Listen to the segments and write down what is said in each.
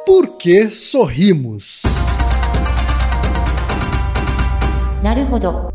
Por que sorrimos? Naruhodo.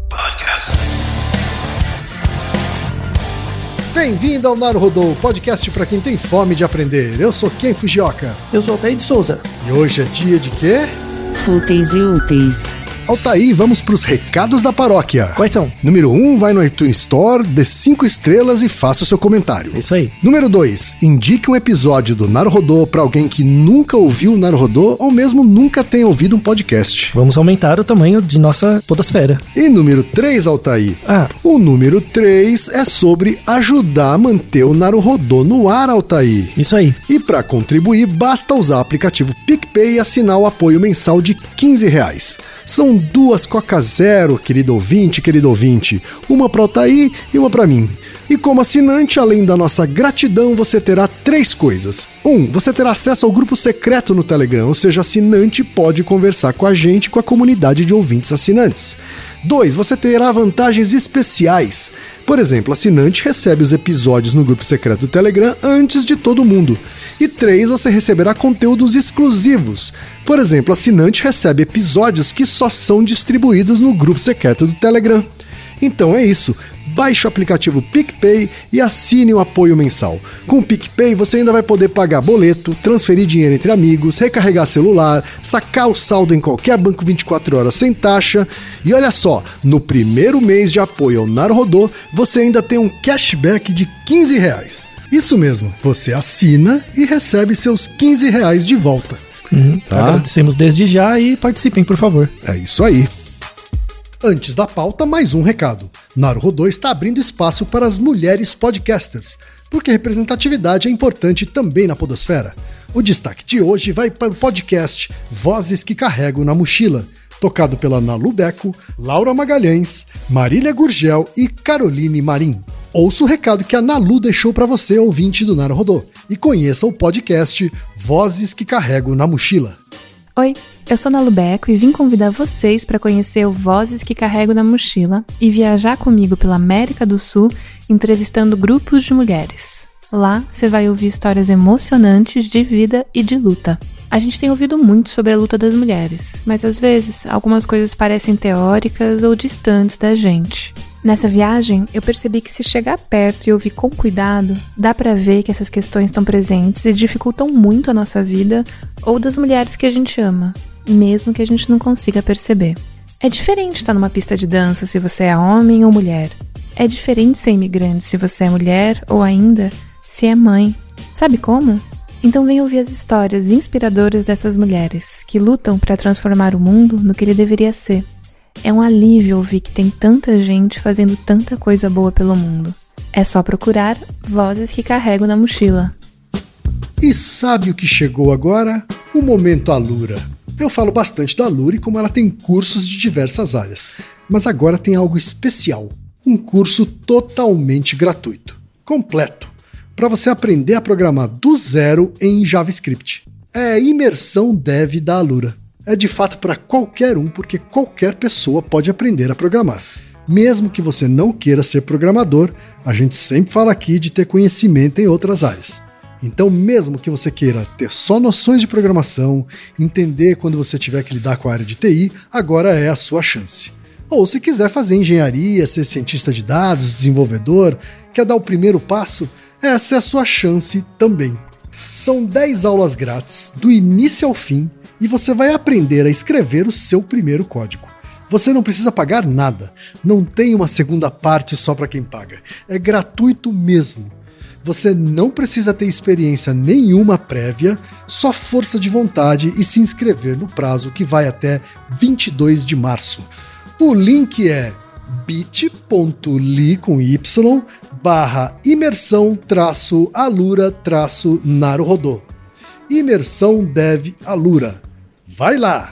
Bem-vindo ao Naruhodo, podcast para quem tem fome de aprender. Eu sou Ken Fujioka. Eu sou Altair de Souza. E hoje é dia de quê? Fúteis e úteis. Altair, vamos para os recados da paróquia. Quais são? Número 1, vai no iTunes Store, dê 5 estrelas e faça o seu comentário. Isso aí. Número 2, indique um episódio do Naruhodo para alguém que nunca ouviu o Naruhodo ou mesmo nunca tenha ouvido um podcast. Vamos aumentar o tamanho de nossa podosfera. E número 3, Altair. O número 3 é sobre ajudar a manter o Naruhodo no ar, Altair. Isso aí. E para contribuir, basta usar o aplicativo PicPay e assinar o apoio mensal de R$15. São 2 Coca Zero, querido ouvinte. Uma para o Altair e uma para mim. E como assinante, além da nossa gratidão, você terá 3 coisas. 1, você terá acesso ao grupo secreto no Telegram, ou seja, assinante pode conversar com a gente e com a comunidade de ouvintes assinantes. 2, você terá vantagens especiais. Por exemplo, assinante recebe os episódios no grupo secreto do Telegram antes de todo mundo. E 3, você receberá conteúdos exclusivos. Por exemplo, assinante recebe episódios que só são distribuídos no grupo secreto do Telegram. Então é isso. Baixe o aplicativo PicPay e assine o apoio mensal. Com o PicPay você ainda vai poder pagar boleto, transferir dinheiro entre amigos, recarregar celular, sacar o saldo em qualquer banco 24 horas sem taxa. E olha só, no primeiro mês de apoio ao Naruhodo, você ainda tem um cashback de R$15. Isso mesmo, você assina e recebe seus R$15 de volta. Tá? Agradecemos desde já e participem, por favor. É isso aí. Antes da pauta, mais um recado. Naruhodo está abrindo espaço para as mulheres podcasters, porque representatividade é importante também na podosfera. O destaque de hoje vai para o podcast Vozes que Carrego na Mochila, tocado pela Nalu Beco, Laura Magalhães, Marília Gurgel e Caroline Marim. Ouça o recado que a Nalu deixou para você, ouvinte do Naruhodo, e conheça o podcast Vozes que Carrego na Mochila. Oi, eu sou a Nalu Beco e vim convidar vocês para conhecer o Vozes que Carrego na Mochila e viajar comigo pela América do Sul entrevistando grupos de mulheres. Lá você vai ouvir histórias emocionantes de vida e de luta. A gente tem ouvido muito sobre a luta das mulheres, mas às vezes algumas coisas parecem teóricas ou distantes da gente. Nessa viagem, eu percebi que se chegar perto e ouvir com cuidado, dá pra ver que essas questões estão presentes e dificultam muito a nossa vida ou das mulheres que a gente ama, mesmo que a gente não consiga perceber. É diferente estar numa pista de dança se você é homem ou mulher. É diferente ser imigrante se você é mulher ou ainda se é mãe. Sabe como? Então vem ouvir as histórias inspiradoras dessas mulheres que lutam para transformar o mundo no que ele deveria ser. É um alívio ouvir que tem tanta gente fazendo tanta coisa boa pelo mundo. É só procurar Vozes que Carrego na Mochila. E sabe o que chegou agora? O Momento Alura. Eu falo bastante da Alura e como ela tem cursos de diversas áreas. Mas agora tem algo especial. Um curso totalmente gratuito. Completo. Para você aprender a programar do zero em JavaScript. É a imersão dev da Alura. É de fato para qualquer um, porque qualquer pessoa pode aprender a programar. Mesmo que você não queira ser programador, a gente sempre fala aqui de ter conhecimento em outras áreas. Então, mesmo que você queira ter só noções de programação, entender quando você tiver que lidar com a área de TI, agora é a sua chance. Ou se quiser fazer engenharia, ser cientista de dados, desenvolvedor, quer dar o primeiro passo, essa é a sua chance também. São 10 aulas grátis, do início ao fim, e você vai aprender a escrever o seu primeiro código. Você não precisa pagar nada, não tem uma segunda parte só para quem paga, é gratuito mesmo. Você não precisa ter experiência nenhuma prévia, só força de vontade e se inscrever no prazo que vai até 22 de março. O link é bit.ly/imersão-alura-naruhodo. Imersão Dev Alura. Vai lá!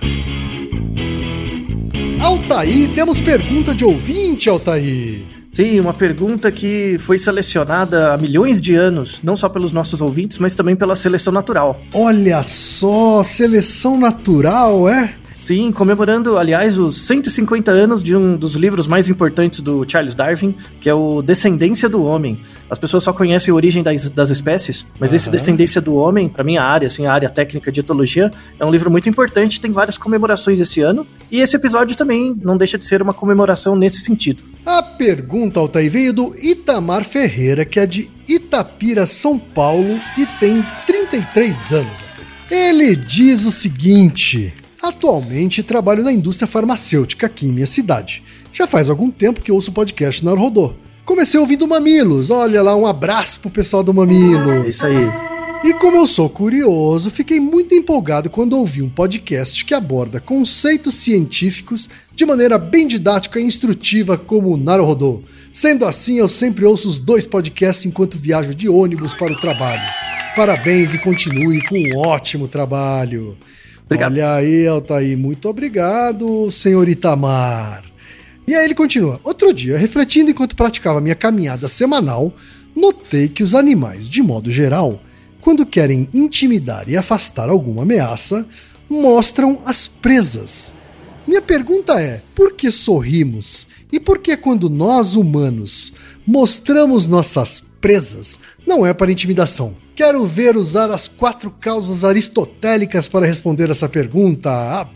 Altair, temos pergunta de ouvinte, Altair. Sim, uma pergunta que foi selecionada há milhões de anos, não só pelos nossos ouvintes, mas também pela seleção natural. Olha só, seleção natural, é? Sim, comemorando, aliás, os 150 anos de um dos livros mais importantes do Charles Darwin, que é o Descendência do Homem. As pessoas só conhecem a origem das espécies, mas esse Descendência do Homem, para mim, a área técnica de etologia, é um livro muito importante, tem várias comemorações esse ano, e esse episódio também não deixa de ser uma comemoração nesse sentido. A pergunta, Altair, veio do Itamar Ferreira, que é de Itapira, São Paulo, e tem 33 anos. Ele diz o seguinte: atualmente trabalho na indústria farmacêutica aqui em minha cidade. Já faz algum tempo que ouço o podcast Naruhodô. Comecei ouvindo Mamilos, olha lá, um abraço pro pessoal do Mamilos. Isso aí. E como eu sou curioso, fiquei muito empolgado quando ouvi um podcast que aborda conceitos científicos de maneira bem didática e instrutiva como o Naruhodô. Sendo assim, eu sempre ouço os 2 podcasts enquanto viajo de ônibus para o trabalho. Parabéns e continue com um ótimo trabalho. Obrigado. Olha aí, Altair, muito obrigado, senhor Itamar. E aí ele continua: outro dia, refletindo enquanto praticava minha caminhada semanal, notei que os animais, de modo geral, quando querem intimidar e afastar alguma ameaça, mostram as presas. Minha pergunta é, por que sorrimos? E por que quando nós, humanos, mostramos nossas presas, não é para intimidação? Quero ver usar as 4 causas aristotélicas para responder essa pergunta.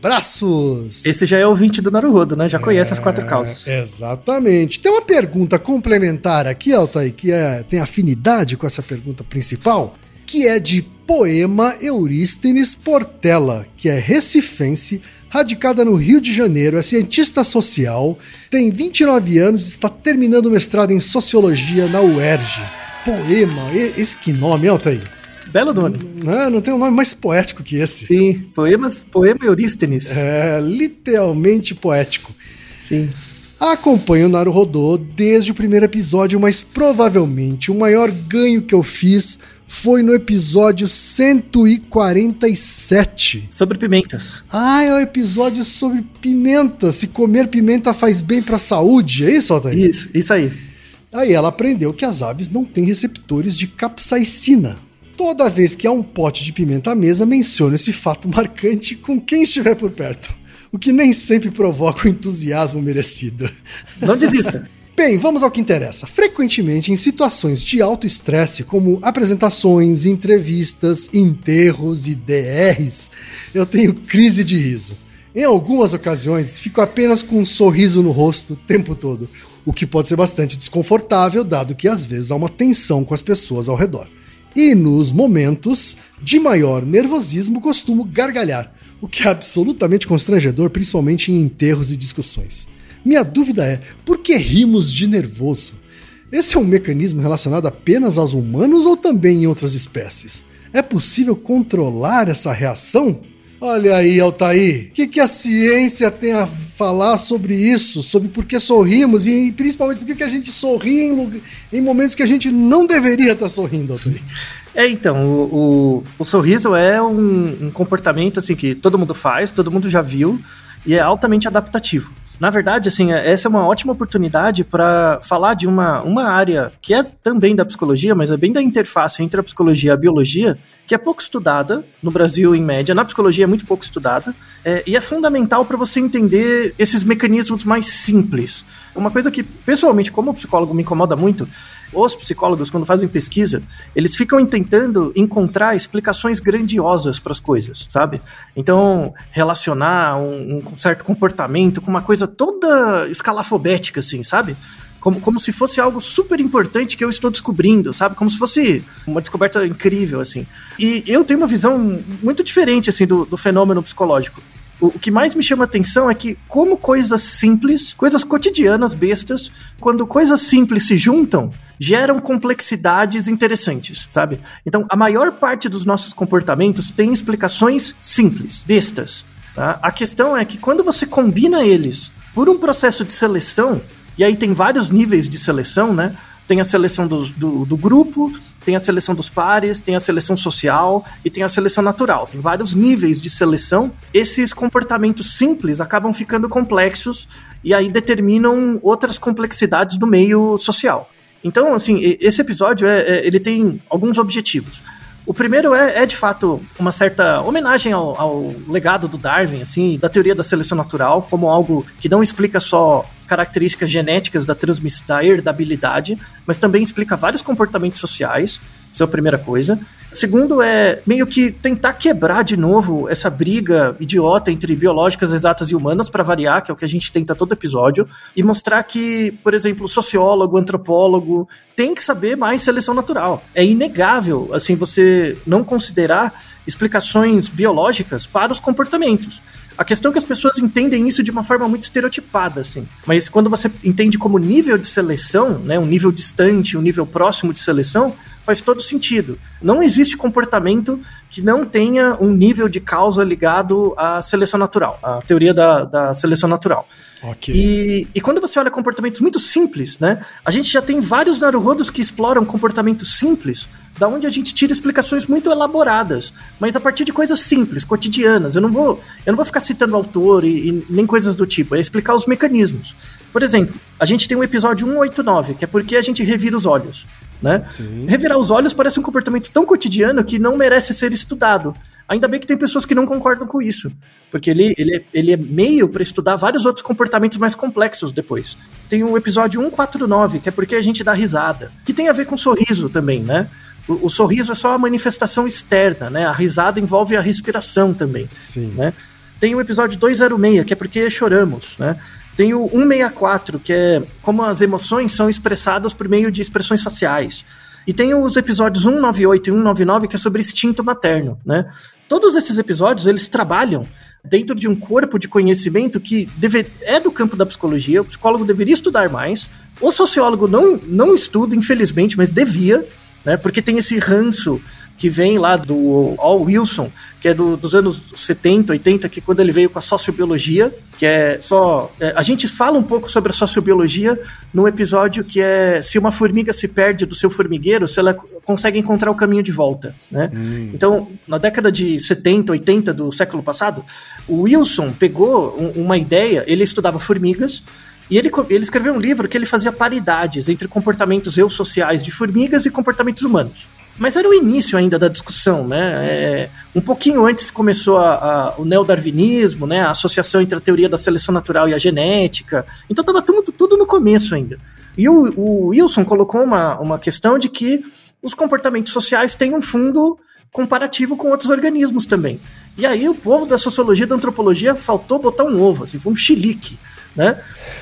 Abraços! Esse já é ouvinte do Naruhodô, né? Já conhece as 4 causas. Exatamente. Tem uma pergunta complementar aqui, Altair, que tem afinidade com essa pergunta principal, que é de Poema Eurístenes Portela, que é recifense, radicada no Rio de Janeiro, é cientista social, tem 29 anos e está terminando o mestrado em Sociologia na UERJ. Poema, esse que nome, Altair? Belo nome. Não tem um nome mais poético que esse. Sim, Poema Eurístenes. É, literalmente poético. Sim. Acompanho o Naruhodô desde o primeiro episódio, mas provavelmente o maior ganho que eu fiz foi no episódio 147. Sobre pimentas. Ah, é o episódio sobre pimenta. Se comer pimenta faz bem pra saúde. É isso, Altair? Isso aí. Aí ela aprendeu que as aves não têm receptores de capsaicina. Toda vez que há um pote de pimenta à mesa, menciono esse fato marcante com quem estiver por perto, o que nem sempre provoca o entusiasmo merecido. Não desista. Bem, vamos ao que interessa. Frequentemente, em situações de alto estresse, como apresentações, entrevistas, enterros e DRs, eu tenho crise de riso. Em algumas ocasiões, fico apenas com um sorriso no rosto o tempo todo, o que pode ser bastante desconfortável, dado que às vezes há uma tensão com as pessoas ao redor. E nos momentos de maior nervosismo, costumo gargalhar, o que é absolutamente constrangedor, principalmente em enterros e discussões. Minha dúvida é, por que rimos de nervoso? Esse é um mecanismo relacionado apenas aos humanos ou também em outras espécies? É possível controlar essa reação? Olha aí, Altair, o que a ciência tem a falar sobre isso? Sobre por que sorrimos e principalmente por que a gente sorri em momentos que a gente não deveria estar sorrindo, Altair? Então, o sorriso é um comportamento assim, que todo mundo faz, todo mundo já viu, e é altamente adaptativo. Na verdade, assim, essa é uma ótima oportunidade para falar de uma área que é também da psicologia, mas é bem da interface entre a psicologia e a biologia, que é pouco estudada no Brasil, em média. Na psicologia é muito pouco estudada, e é fundamental para você entender esses mecanismos mais simples. Uma coisa que, pessoalmente, como psicólogo, me incomoda muito, os psicólogos, quando fazem pesquisa, eles ficam tentando encontrar explicações grandiosas para as coisas, sabe? Então, relacionar um certo comportamento com uma coisa toda escalafobética, assim, sabe? Como se fosse algo super importante que eu estou descobrindo, sabe? Como se fosse uma descoberta incrível, assim. E eu tenho uma visão muito diferente, assim, do fenômeno psicológico. O que mais me chama atenção é que como coisas simples, coisas cotidianas, bestas, quando coisas simples se juntam, geram complexidades interessantes, sabe? Então, a maior parte dos nossos comportamentos tem explicações simples, bestas, tá? A questão é que quando você combina eles por um processo de seleção, e aí tem vários níveis de seleção, né? Tem a seleção do grupo, tem a seleção dos pares, tem a seleção social e tem a seleção natural. Tem vários níveis de seleção. Esses comportamentos simples acabam ficando complexos e aí determinam outras complexidades do meio social. Então, assim, esse episódio ele tem alguns objetivos. O primeiro é de fato, uma certa homenagem ao legado do Darwin, assim, da teoria da seleção natural, como algo que não explica só características genéticas da herdabilidade, mas também explica vários comportamentos sociais. Isso é a primeira coisa. Segundo é meio que tentar quebrar de novo essa briga idiota entre biológicas, exatas e humanas, para variar, que é o que a gente tenta todo episódio, e mostrar que, por exemplo, sociólogo, antropólogo, tem que saber mais seleção natural. É inegável, assim, você não considerar explicações biológicas para os comportamentos. A questão é que as pessoas entendem isso de uma forma muito estereotipada, assim. Mas quando você entende como nível de seleção, né, um nível distante, um nível próximo de seleção, faz todo sentido. Não existe comportamento que não tenha um nível de causa ligado à seleção natural, à teoria da seleção natural. Okay. E quando você olha comportamentos muito simples, né, a gente já tem vários naruhodos que exploram comportamentos simples, da onde a gente tira explicações muito elaboradas, mas a partir de coisas simples, cotidianas. Eu não vou ficar citando autor e nem coisas do tipo, é explicar os mecanismos. Por exemplo, a gente tem um episódio 189, que é porque a gente revira os olhos. Né? Revirar os olhos parece um comportamento tão cotidiano que não merece ser estudado. Ainda bem que tem pessoas que não concordam com isso, porque ele é meio para estudar vários outros comportamentos mais complexos depois. Tem o episódio 149, que é porque a gente dá risada, que tem a ver com sorriso também, né? O sorriso é só a manifestação externa, né? A risada envolve a respiração também. Sim. Né? Tem o episódio 206, que é porque choramos, né? Tem o 164, que é como as emoções são expressadas por meio de expressões faciais. E tem os episódios 198 e 199, que é sobre instinto materno, né? Todos esses episódios, eles trabalham dentro de um corpo de conhecimento que é do campo da psicologia, o psicólogo deveria estudar mais, o sociólogo não estuda, infelizmente, mas devia, né? Porque tem esse ranço que vem lá do Al Wilson, que é dos anos 70, 80, que quando ele veio com a sociobiologia, que é só... a gente fala um pouco sobre a sociobiologia num episódio que é se uma formiga se perde do seu formigueiro, se ela consegue encontrar o caminho de volta, né? Então, na década de 70, 80 do século passado, o Wilson pegou uma ideia, ele estudava formigas, e ele escreveu um livro que ele fazia paridades entre comportamentos eusociais de formigas e comportamentos humanos. Mas era o início ainda da discussão, né? Um pouquinho antes começou o neodarwinismo, né? A associação entre a teoria da seleção natural e a genética. Então estava tudo no começo ainda. E o Wilson colocou uma questão de que os comportamentos sociais têm um fundo comparativo com outros organismos também. E aí o povo da sociologia e da antropologia faltou botar um ovo, assim, foi um chilique, né?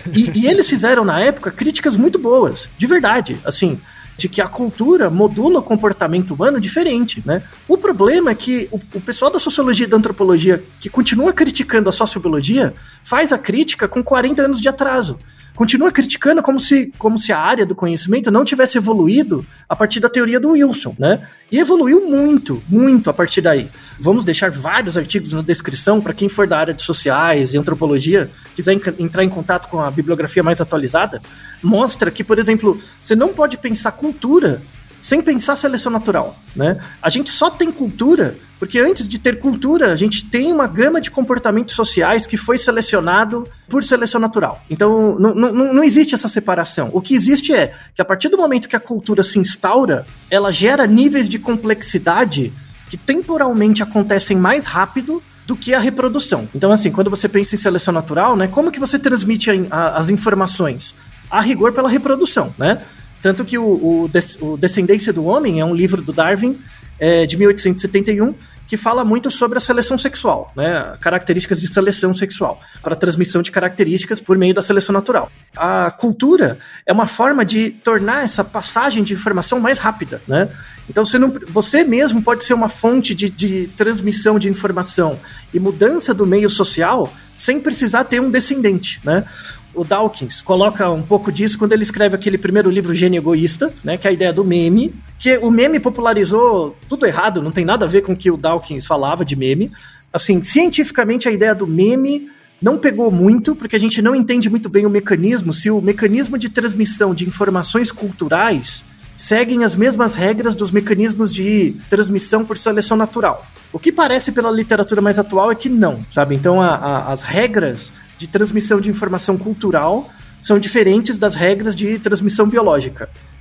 E eles fizeram, na época, críticas muito boas, de verdade, assim... de que a cultura modula o comportamento humano diferente, né? O problema é que o pessoal da sociologia e da antropologia, que continua criticando a sociobiologia, faz a crítica com 40 anos de atraso. Continua criticando como se a área do conhecimento não tivesse evoluído a partir da teoria do Wilson, né? E evoluiu muito, muito a partir daí. Vamos deixar vários artigos na descrição para quem for da área de sociais e antropologia, quiser entrar em contato com a bibliografia mais atualizada, mostra que, por exemplo, você não pode pensar cultura sem pensar seleção natural, né? A gente só tem cultura porque antes de ter cultura, a gente tem uma gama de comportamentos sociais que foi selecionado por seleção natural. Então, não existe essa separação. O que existe é que a partir do momento que a cultura se instaura, ela gera níveis de complexidade que temporalmente acontecem mais rápido do que a reprodução. Então, assim, quando você pensa em seleção natural, né, como que você transmite as informações? A rigor pela reprodução, né? Tanto que o Descendência do Homem é um livro do Darwin, de 1871, que fala muito sobre a seleção sexual, né? Características de seleção sexual, para a transmissão de características por meio da seleção natural. A cultura é uma forma de tornar essa passagem de informação mais rápida, né? Então você mesmo pode ser uma fonte de transmissão de informação e mudança do meio social sem precisar ter um descendente, né? O Dawkins coloca um pouco disso quando ele escreve aquele primeiro livro Gênio Egoísta, né, que é a ideia do meme, que o meme popularizou tudo errado, não tem nada a ver com o que o Dawkins falava de meme. Assim, cientificamente a ideia do meme não pegou muito, porque a gente não entende muito bem o mecanismo, se o mecanismo de transmissão de informações culturais seguem as mesmas regras dos mecanismos de transmissão por seleção natural. O que parece pela literatura mais atual é que não, sabe? Então as regras de transmissão de informação cultural são diferentes das regras de transmissão biológica.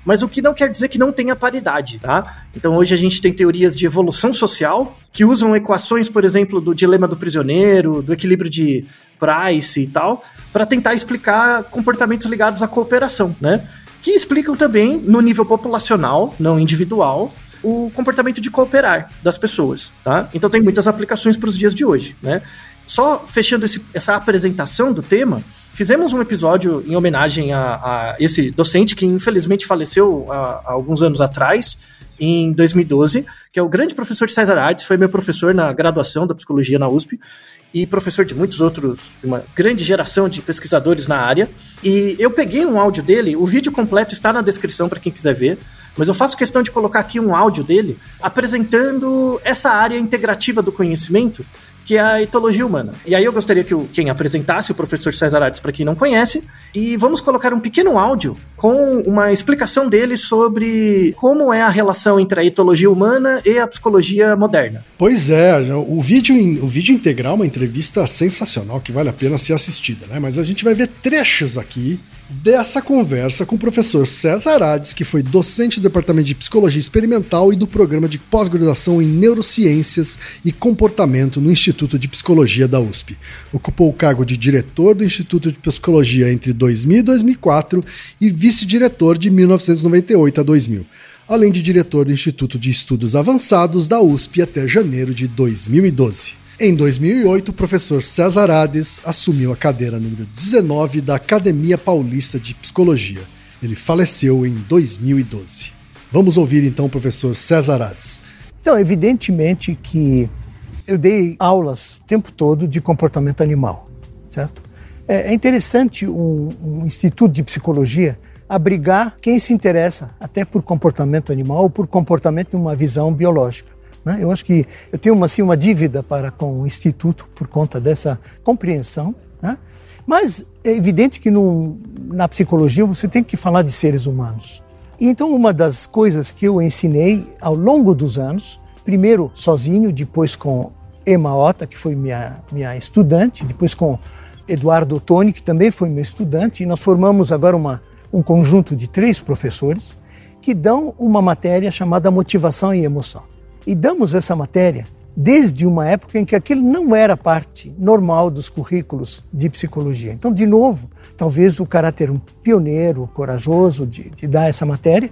mas o que não quer dizer que não tenha paridade, tá? Então hoje a gente tem teorias de evolução social que usam equações, por exemplo, do dilema do prisioneiro, do equilíbrio de Price e tal, para tentar explicar comportamentos ligados à cooperação, né? Que explicam também, no nível populacional, não individual, o comportamento de cooperar das pessoas, tá? Então tem muitas aplicações para os dias de hoje, né? Só fechando essa apresentação do tema, fizemos um episódio em homenagem a esse docente que infelizmente faleceu há alguns anos atrás, em 2012, que é o grande professor César Hades, foi meu professor na graduação da psicologia na USP e professor de muitos outros, uma grande geração de pesquisadores na área. E eu peguei um áudio dele, o vídeo completo está na descrição para quem quiser ver, mas eu faço questão de colocar aqui um áudio dele apresentando essa área integrativa do conhecimento, que é a etologia humana. E aí eu gostaria que quem apresentasse, o professor César Hades, para quem não conhece, e vamos colocar um pequeno áudio com uma explicação dele sobre como é a relação entre a etologia humana e a psicologia moderna. Pois é, o vídeo integral é uma entrevista sensacional que vale a pena ser assistida, né? Mas a gente vai ver trechos aqui dessa conversa com o professor César Hades, que foi docente do Departamento de Psicologia Experimental e do Programa de Pós-Graduação em Neurociências e Comportamento no Instituto de Psicologia da USP. Ocupou o cargo de diretor do Instituto de Psicologia entre 2000 e 2004 e vice-diretor de 1998 a 2000, além de diretor do Instituto de Estudos Avançados da USP até janeiro de 2012. Em 2008, o professor César Hades assumiu a cadeira número 19 da Academia Paulista de Psicologia. Ele faleceu em 2012. Vamos ouvir então o professor César Hades. Então, evidentemente que eu dei aulas o tempo todo de comportamento animal, certo? É interessante um instituto de psicologia abrigar quem se interessa até por comportamento animal ou por comportamento em uma visão biológica. Eu acho que eu tenho uma dívida para com o Instituto por conta dessa compreensão, né? Mas é evidente que na psicologia você tem que falar de seres humanos. E então uma das coisas que eu ensinei ao longo dos anos, primeiro sozinho, depois com Emma Ota, que foi minha estudante, depois com Eduardo Ottoni, que também foi meu estudante, e nós formamos agora um conjunto de 3 professores que dão uma matéria chamada Motivação e Emoção. E damos essa matéria desde uma época em que aquilo não era parte normal dos currículos de psicologia. Então, de novo, talvez o caráter pioneiro, corajoso de dar essa matéria.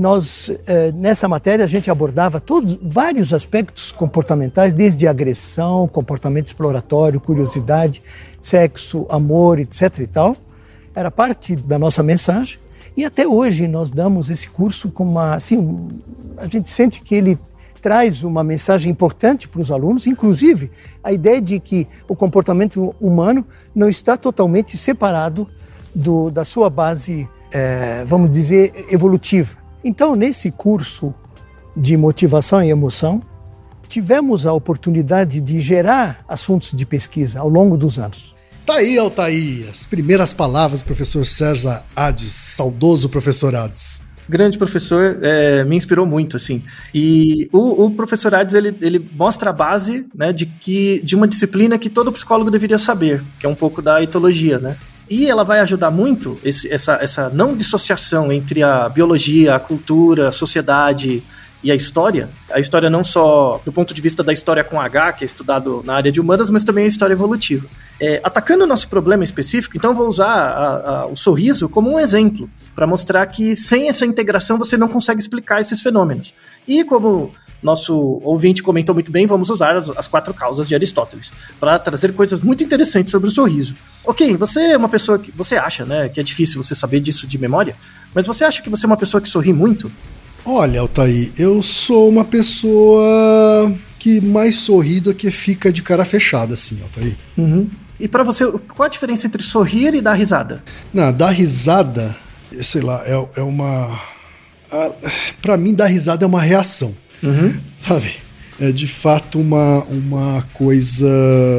Nessa matéria, a gente abordava vários aspectos comportamentais, desde agressão, comportamento exploratório, curiosidade, sexo, amor, etc. e tal. Era parte da nossa mensagem. E até hoje nós damos esse curso com a gente sente que ele traz uma mensagem importante para os alunos, inclusive a ideia de que o comportamento humano não está totalmente separado da sua base, vamos dizer, evolutiva. Então, nesse curso de motivação e emoção, tivemos a oportunidade de gerar assuntos de pesquisa ao longo dos anos. Tá aí, Altair, as primeiras palavras do professor César Hades, saudoso professor Hades. Grande professor, me inspirou muito, assim. E o professor Hades, ele mostra a base, né, de uma disciplina que todo psicólogo deveria saber, que é um pouco da etologia, né? E ela vai ajudar muito essa não dissociação entre a biologia, a cultura, a sociedade e a história não só do ponto de vista da história com H, que é estudado na área de humanas, mas também a história evolutiva. Atacando o nosso problema específico, então vou usar o sorriso como um exemplo, para mostrar que sem essa integração você não consegue explicar esses fenômenos. E como nosso ouvinte comentou muito bem, vamos usar as 4 causas de Aristóteles, para trazer coisas muito interessantes sobre o sorriso. Ok, você é uma pessoa que você acha, né, que é difícil você saber disso de memória, mas você acha que você é uma pessoa que sorri muito? Olha, Altair, eu sou uma pessoa que mais sorri do que fica de cara fechada, assim, Altair. Uhum. E pra você, qual a diferença entre sorrir e dar risada? Não, dar risada, sei lá, é uma... Pra mim, dar risada é uma reação, sabe? É de fato uma coisa...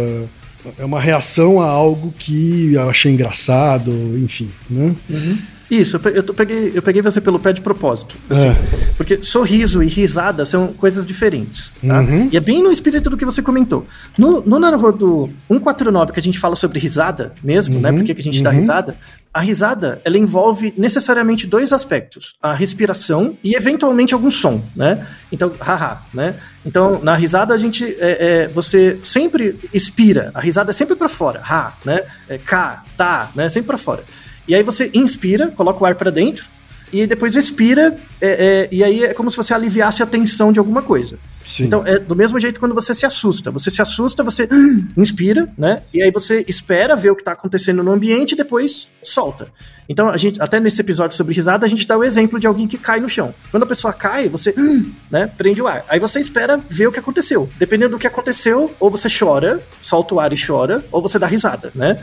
É uma reação a algo que eu achei engraçado, enfim, né? Uhum. Isso, eu peguei você pelo pé de propósito. Assim, porque sorriso e risada são coisas diferentes. Tá? E é bem no espírito do que você comentou. No Naruhodo 149, que a gente fala sobre risada mesmo, né? Por que a gente dá risada? A risada, ela envolve necessariamente dois aspectos. A respiração e, eventualmente, algum som, né? Então, haha, né? Então, na risada, a gente... você sempre expira. A risada é sempre pra fora. Ha, né? Ka, tá, né? Sempre pra fora. E aí você inspira, coloca o ar pra dentro, e depois expira, e aí é como se você aliviasse a tensão de alguma coisa. Sim. Então, é do mesmo jeito quando você se assusta. Você inspira, né? E aí você espera ver o que tá acontecendo no ambiente e depois solta. Então, a gente, até nesse episódio sobre risada, a gente dá o exemplo de alguém que cai no chão. Quando a pessoa cai, você, né, prende o ar. Aí você espera ver o que aconteceu. Dependendo do que aconteceu, ou você chora, solta o ar e chora, ou você dá risada, né?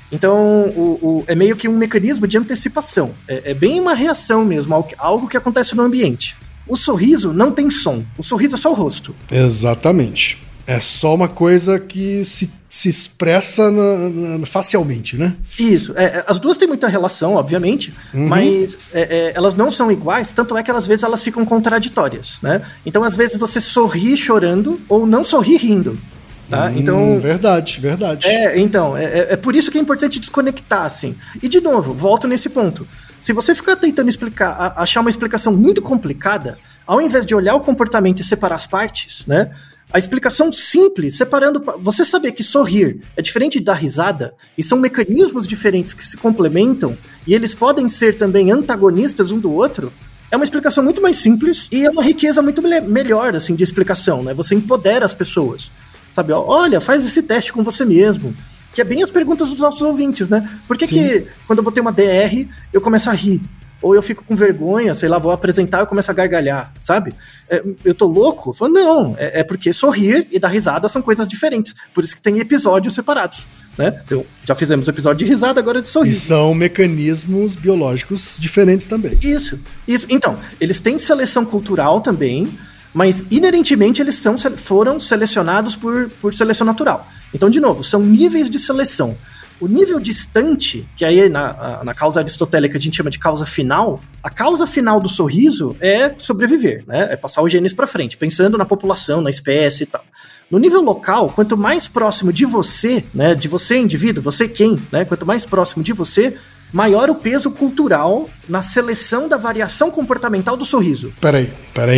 Então, é meio que um mecanismo de antecipação. É bem uma reação mesmo, algo que acontece no ambiente. O sorriso não tem som. O sorriso é só o rosto. Exatamente. É só uma coisa que se expressa facialmente, né? Isso. As duas têm muita relação, obviamente, mas elas não são iguais, tanto é que às vezes elas ficam contraditórias, né? Então, às vezes, você sorri chorando ou não sorri rindo. Tá? Então, verdade. Então, é por isso que é importante desconectar, assim. E, de novo, volto nesse ponto. Se você ficar tentando achar uma explicação muito complicada, ao invés de olhar o comportamento e separar as partes, né? A explicação simples, separando... Você saber que sorrir é diferente de dar risada, e são mecanismos diferentes que se complementam, e eles podem ser também antagonistas um do outro, é uma explicação muito mais simples, e é uma riqueza muito melhor, assim, de explicação, né? Você empodera as pessoas. Sabe, olha, faz esse teste com você mesmo. Que é bem as perguntas dos nossos ouvintes, né? Por que quando eu vou ter uma DR, eu começo a rir? Ou eu fico com vergonha, sei lá, vou apresentar e eu começo a gargalhar, sabe? Eu tô louco? Eu falo, não, é porque sorrir e dar risada são coisas diferentes. Por isso que tem episódios separados, né? Então, já fizemos episódio de risada, agora de sorriso. E são mecanismos biológicos diferentes também. Isso. Então, eles têm seleção cultural também, mas inerentemente eles foram selecionados por seleção natural. Então, de novo, são níveis de seleção. O nível distante, que aí na causa aristotélica a gente chama de causa final, a causa final do sorriso é sobreviver, né? É passar os genes para frente, pensando na população, na espécie e tal. No nível local, quanto mais próximo de você, né, de você indivíduo, você quem, né, quanto mais próximo de você, maior o peso cultural na seleção da variação comportamental do sorriso. Peraí.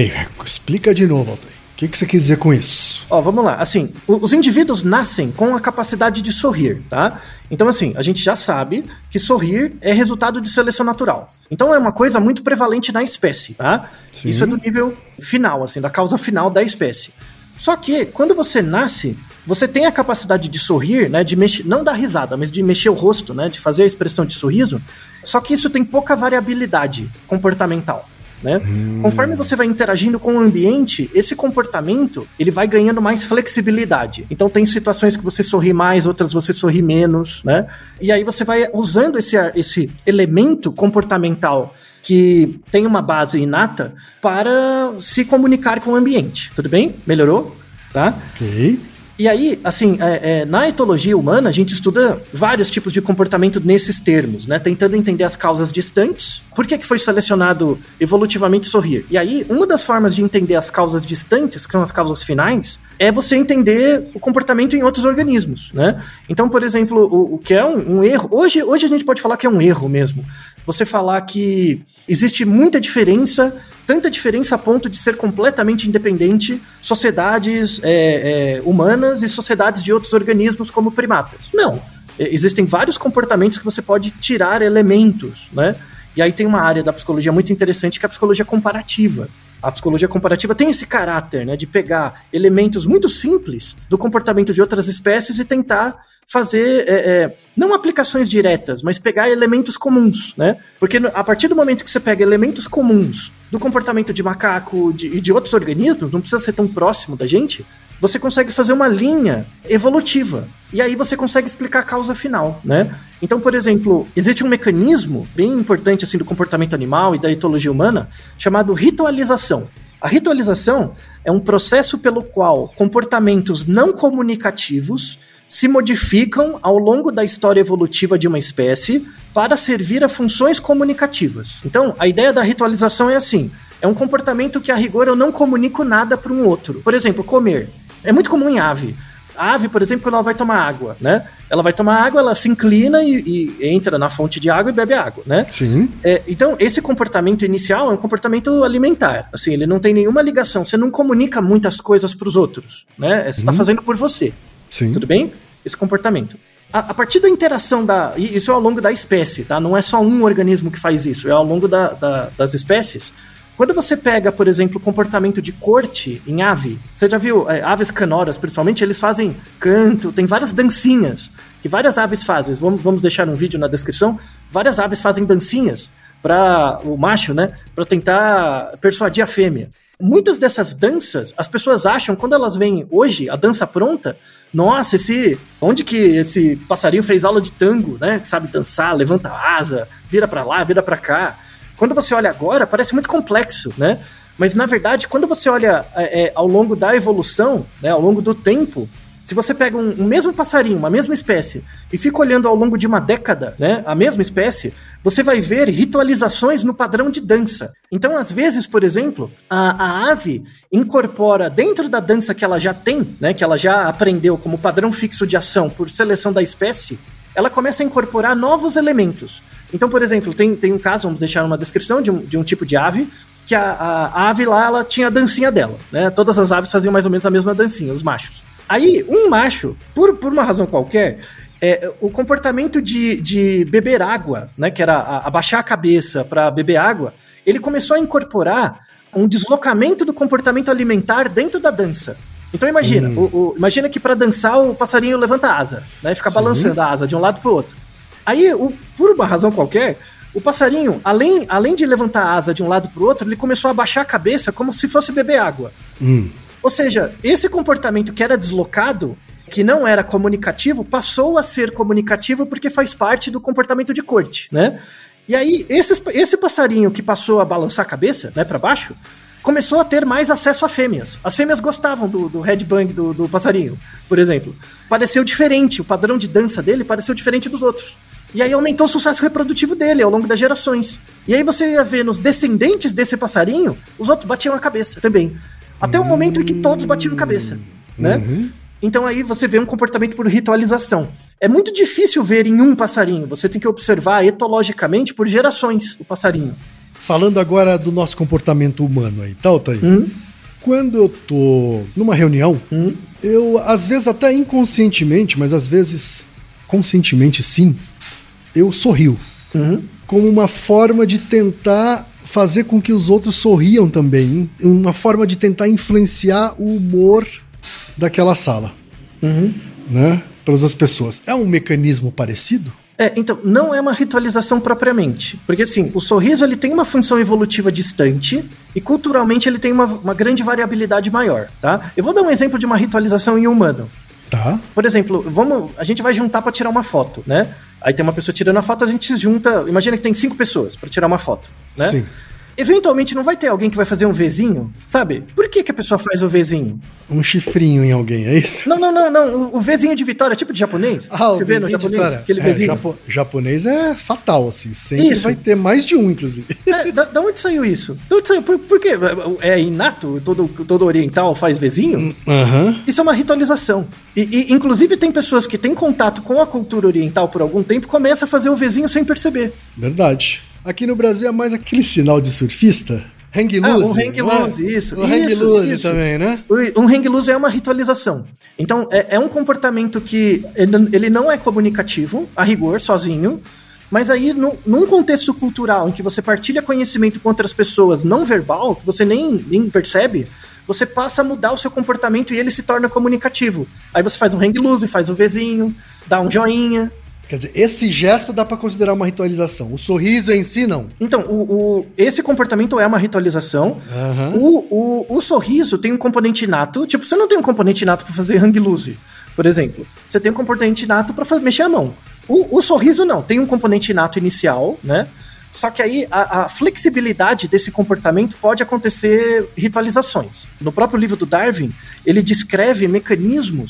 Explica de novo, Altair. O que você quis dizer com isso? Vamos lá. Assim, os indivíduos nascem com a capacidade de sorrir, tá? Então, assim, a gente já sabe que sorrir é resultado de seleção natural. Então, é uma coisa muito prevalente na espécie, tá? Sim. Isso é do nível final, assim, da causa final da espécie. Só que, quando você nasce, você tem a capacidade de sorrir, né, de mexer, não dar risada, mas de mexer o rosto, né, de fazer a expressão de sorriso, só que isso tem pouca variabilidade comportamental, né? Conforme você vai interagindo com o ambiente, esse comportamento, ele vai ganhando mais flexibilidade. Então tem situações que você sorri mais, outras você sorri menos, né? E aí você vai usando esse elemento comportamental que tem uma base inata para se comunicar com o ambiente. Tudo bem? Melhorou? Tá? Ok. E aí, assim, na etologia humana, a gente estuda vários tipos de comportamento nesses termos, né? Tentando entender as causas distantes. Por que foi selecionado evolutivamente sorrir? E aí, uma das formas de entender as causas distantes, que são as causas finais, é você entender o comportamento em outros organismos, né? Então, por exemplo, o que é um erro... Hoje a gente pode falar que é um erro mesmo. Você falar que existe muita diferença, tanta diferença a ponto de ser completamente independente sociedades humanas e sociedades de outros organismos como primatas. Não. Existem vários comportamentos que você pode tirar elementos, né? E aí tem uma área da psicologia muito interessante que é a psicologia comparativa. A psicologia comparativa tem esse caráter, né, de pegar elementos muito simples do comportamento de outras espécies e tentar fazer, não aplicações diretas, mas pegar elementos comuns, né? Porque a partir do momento que você pega elementos comuns do comportamento de macaco e de outros organismos, não precisa ser tão próximo da gente, você consegue fazer uma linha evolutiva. E aí você consegue explicar a causa final, né? Então, por exemplo, existe um mecanismo bem importante assim, do comportamento animal e da etologia humana chamado ritualização. A ritualização é um processo pelo qual comportamentos não comunicativos se modificam ao longo da história evolutiva de uma espécie para servir a funções comunicativas. Então, a ideia da ritualização é assim, é um comportamento que, a rigor, eu não comunico nada para um outro. Por exemplo, comer. É muito comum em ave. A ave, por exemplo, quando ela vai tomar água, né? Ela vai tomar água, ela se inclina e entra na fonte de água e bebe água, né? Sim. Então, esse comportamento inicial é um comportamento alimentar. Assim, ele não tem nenhuma ligação. Você não comunica muitas coisas para os outros, né? Você está fazendo por você. Sim. Tudo bem? Esse comportamento. A partir da interação isso é ao longo da espécie, tá? Não é só um organismo que faz isso, é ao longo das espécies. Quando você pega, por exemplo, o comportamento de corte em ave, você já viu aves canoras, principalmente, eles fazem canto, tem várias dancinhas que várias aves fazem. Vamos deixar um vídeo na descrição. Várias aves fazem dancinhas para o macho, né? Para tentar persuadir a fêmea. Muitas dessas danças, as pessoas acham, quando elas veem hoje a dança pronta, nossa, onde que esse passarinho fez aula de tango, né? Que sabe dançar, levanta a asa, vira para lá, vira para cá. Quando você olha agora, parece muito complexo, né? Mas, na verdade, quando você olha ao longo da evolução, né, ao longo do tempo, se você pega um mesmo passarinho, uma mesma espécie, e fica olhando ao longo de uma década, né, a mesma espécie, você vai ver ritualizações no padrão de dança. Então, às vezes, por exemplo, a ave incorpora dentro da dança que ela já tem, né, que ela já aprendeu como padrão fixo de ação por seleção da espécie, ela começa a incorporar novos elementos. Então, por exemplo, tem um caso, vamos deixar uma descrição de um tipo de ave, que a ave lá, ela tinha a dancinha dela, né? Todas as aves faziam mais ou menos a mesma dancinha, os machos. Aí, um macho, por uma razão qualquer, o comportamento de beber água, né, que era abaixar a cabeça para beber água, ele começou a incorporar um deslocamento do comportamento alimentar dentro da dança. Então imagina, imagina que para dançar o passarinho levanta a asa, né, fica balançando a asa de um lado para o outro. Aí, por uma razão qualquer, o passarinho, além de levantar a asa de um lado para o outro, ele começou a abaixar a cabeça como se fosse beber água. Ou seja, esse comportamento que era deslocado, que não era comunicativo, passou a ser comunicativo porque faz parte do comportamento de corte, né? E aí, esse passarinho que passou a balançar a cabeça, né, para baixo, começou a ter mais acesso a fêmeas. As fêmeas gostavam do headbang do passarinho, por exemplo. Pareceu diferente, o padrão de dança dele pareceu diferente dos outros. E aí aumentou o sucesso reprodutivo dele ao longo das gerações. E aí você ia ver nos descendentes desse passarinho, os outros batiam a cabeça também. Até o momento em que todos batiam a cabeça, né? Então aí você vê um comportamento por ritualização. É muito difícil ver em um passarinho. Você tem que observar etologicamente por gerações o passarinho. Falando agora do nosso comportamento humano aí, tá, Altair? Quando eu tô numa reunião, eu, às vezes até inconscientemente, mas às vezes conscientemente sim, eu sorrio. Como uma forma de tentar fazer com que os outros sorriam também. Uma forma de tentar influenciar o humor daquela sala. Né? Para as pessoas. É um mecanismo parecido? Então, não é uma ritualização propriamente. Porque, assim, o sorriso ele tem uma função evolutiva distante e, culturalmente, ele tem uma grande variabilidade maior, tá? Eu vou dar um exemplo de uma ritualização em humano. Tá. Por exemplo, a gente vai juntar para tirar uma foto, né? Aí tem uma pessoa tirando a foto, a gente se junta... Imagina que tem 5 pessoas para tirar uma foto, né? Sim. Eventualmente não vai ter alguém que vai fazer um Vzinho, sabe? Por que a pessoa faz o Vzinho? Um chifrinho em alguém, é isso? Não. O Vzinho de vitória, tipo de japonês. Você vê no japonês? Aquele Vzinho. Japonês é fatal, assim. Sempre vai ter mais de um, inclusive. Da onde saiu isso? Da onde saiu? Por quê? É inato? Todo oriental faz Vzinho? Isso é uma ritualização. E, inclusive, tem pessoas que têm contato com a cultura oriental por algum tempo e começam a fazer o Vzinho sem perceber. Verdade. Aqui no Brasil é mais aquele sinal de surfista. Hang loose. Um hang loose, isso. O hang loose também, né? Um hang loose é uma ritualização. Então, é um comportamento que ele não é comunicativo, a rigor, sozinho, mas aí, num contexto cultural em que você partilha conhecimento com outras pessoas não verbal, que você nem percebe, você passa a mudar o seu comportamento e ele se torna comunicativo. Aí você faz um hang loose, faz um Vzinho, dá um joinha. Quer dizer, esse gesto dá pra considerar uma ritualização. O sorriso em si, não. Então, esse comportamento é uma ritualização. O sorriso tem um componente inato. Tipo, você não tem um componente inato pra fazer hang loose, por exemplo. Você tem um componente inato pra mexer a mão. O sorriso não. Tem um componente inato inicial, né? Só que aí a flexibilidade desse comportamento pode acontecer ritualizações. No próprio livro do Darwin, ele descreve mecanismos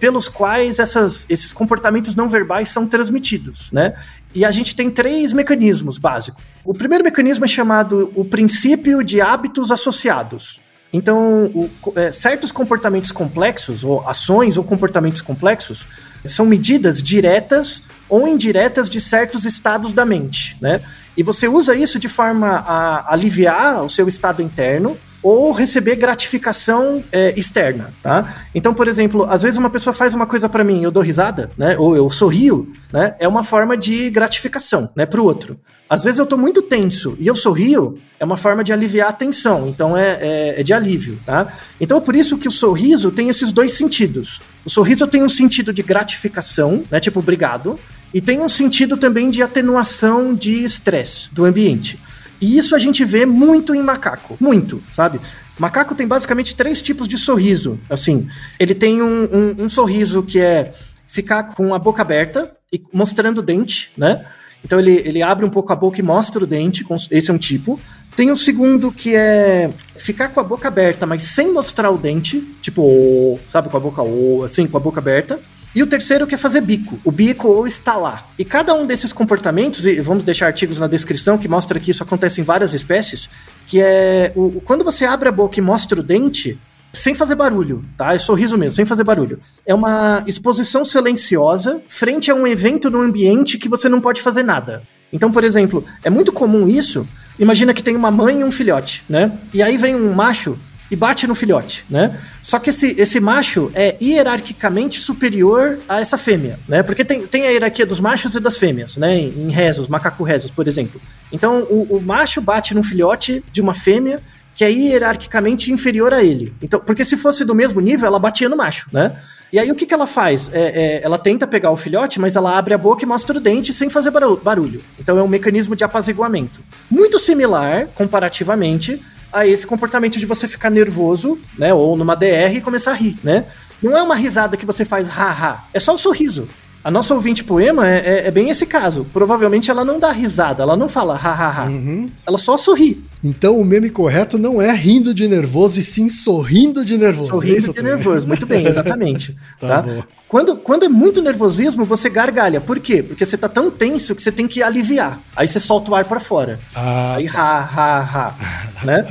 pelos quais esses comportamentos não verbais são transmitidos, né? E a gente tem 3 mecanismos básicos. O primeiro mecanismo é chamado o princípio de hábitos associados. Então, certos comportamentos complexos, ou ações ou comportamentos complexos, são medidas diretas ou indiretas de certos estados da mente, né? E você usa isso de forma a aliviar o seu estado interno ou receber gratificação externa, tá? Então, por exemplo, às vezes uma pessoa faz uma coisa pra mim, eu dou risada, né? Ou eu sorrio, né? É uma forma de gratificação, né? Pro outro. Às vezes eu tô muito tenso e eu sorrio, é uma forma de aliviar a tensão, então é de alívio, tá? Então é por isso que o sorriso tem esses 2 sentidos. O sorriso tem um sentido de gratificação, né? Tipo, obrigado. E tem um sentido também de atenuação de estresse do ambiente. E isso a gente vê muito em macaco. Muito, sabe? Macaco tem basicamente 3 tipos de sorriso. Assim, ele tem um sorriso que é ficar com a boca aberta e mostrando o dente, né? Então ele abre um pouco a boca e mostra o dente. Esse é um tipo. Tem um segundo que é ficar com a boca aberta, mas sem mostrar o dente. Tipo, sabe? Com a boca, assim, com a boca aberta. E o terceiro que é fazer bico, o bico ou estalar. E cada um desses comportamentos, e vamos deixar artigos na descrição que mostra que isso acontece em várias espécies, que é quando você abre a boca e mostra o dente, sem fazer barulho, tá? É sorriso mesmo, sem fazer barulho. É uma exposição silenciosa frente a um evento no ambiente que você não pode fazer nada. Então, por exemplo, é muito comum isso, imagina que tem uma mãe e um filhote, né? E aí vem um macho e bate no filhote, né? Só que esse macho é hierarquicamente superior a essa fêmea, né? Porque tem a hierarquia dos machos e das fêmeas, né? Em rezos, macaco rezos, por exemplo. Então, o macho bate no filhote de uma fêmea que é hierarquicamente inferior a ele. Então, porque se fosse do mesmo nível, ela batia no macho, né? E aí o que ela faz? Ela tenta pegar o filhote, mas ela abre a boca e mostra o dente sem fazer barulho. Então é um mecanismo de apaziguamento. Muito similar, comparativamente, a esse comportamento de você ficar nervoso, né, ou numa DR e começar a rir, né? Não é uma risada que você faz ha-ha, é só um sorriso. A nossa ouvinte poema é bem esse caso. Provavelmente ela não dá risada, ela não fala ha-ha-ha, ela só sorri. Então o meme correto não é rindo de nervoso, e sim sorrindo de nervoso. Sorrindo de nervoso, muito bem, exatamente. Tá? Quando é muito nervosismo, você gargalha. Por quê? Porque você tá tão tenso que você tem que aliviar. Aí você solta o ar pra fora. Aí ha-ha-ha, né?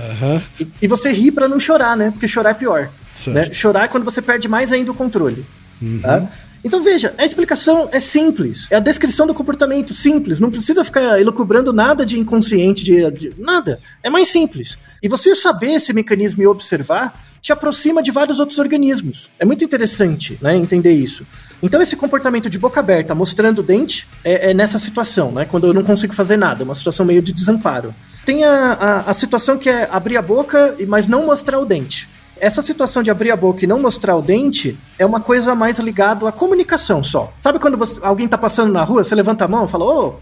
E você ri pra não chorar, né? Porque chorar é pior. Né? Chorar é quando você perde mais ainda o controle. Tá? Então veja, a explicação é simples, é a descrição do comportamento simples, não precisa ficar elucubrando nada de inconsciente, de nada, é mais simples. E você saber esse mecanismo e observar te aproxima de vários outros organismos, é muito interessante, né, entender isso. Então esse comportamento de boca aberta mostrando o dente é nessa situação, né, quando eu não consigo fazer nada, uma situação meio de desamparo. Tem a situação que é abrir a boca, mas não mostrar o dente. Essa situação de abrir a boca e não mostrar o dente é uma coisa mais ligada à comunicação só. Sabe quando alguém tá passando na rua, você levanta a mão e fala, ô?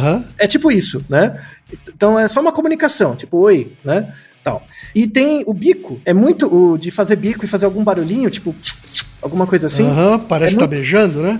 É tipo isso, né? Então é só uma comunicação, tipo, oi, né? Tal. E tem o bico, é muito o de fazer bico e fazer algum barulhinho, tipo, alguma coisa assim. Parece que tá beijando, né?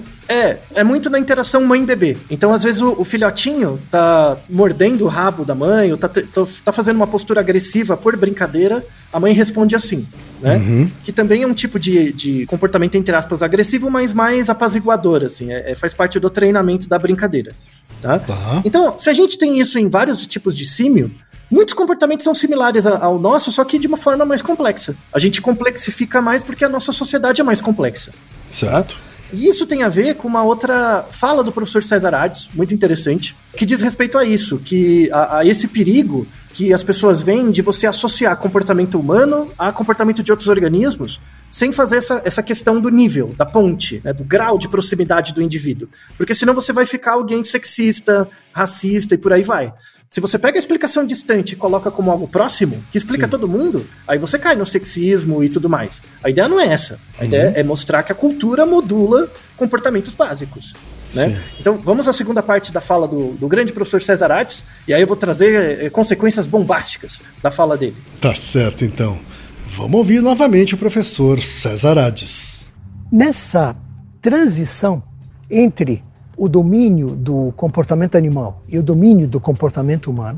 É muito na interação mãe-bebê. Então, às vezes, o filhotinho tá mordendo o rabo da mãe, ou tá fazendo uma postura agressiva por brincadeira, a mãe responde assim, né? Que também é um tipo de comportamento, entre aspas, agressivo, mas mais apaziguador, assim, faz parte do treinamento da brincadeira, tá? Então, se a gente tem isso em vários tipos de símio, muitos comportamentos são similares ao nosso, só que de uma forma mais complexa. A gente complexifica mais porque a nossa sociedade é mais complexa. Certo. Tá? E isso tem a ver com uma outra fala do professor César Hades, muito interessante, que diz respeito a isso, que a esse perigo que as pessoas veem de você associar comportamento humano a comportamento de outros organismos, sem fazer essa questão do nível, da ponte, né, do grau de proximidade do indivíduo. Porque senão você vai ficar alguém sexista, racista e por aí vai. Se você pega a explicação distante e coloca como algo próximo, que explica todo mundo, aí você cai no sexismo e tudo mais. A ideia não é essa. A ideia é mostrar que a cultura modula comportamentos básicos. Né? Então, vamos à segunda parte da fala do grande professor César Hades, e aí eu vou trazer consequências bombásticas da fala dele. Tá certo, então. Vamos ouvir novamente o professor César Hades. Nessa transição entre o domínio do comportamento animal e o domínio do comportamento humano,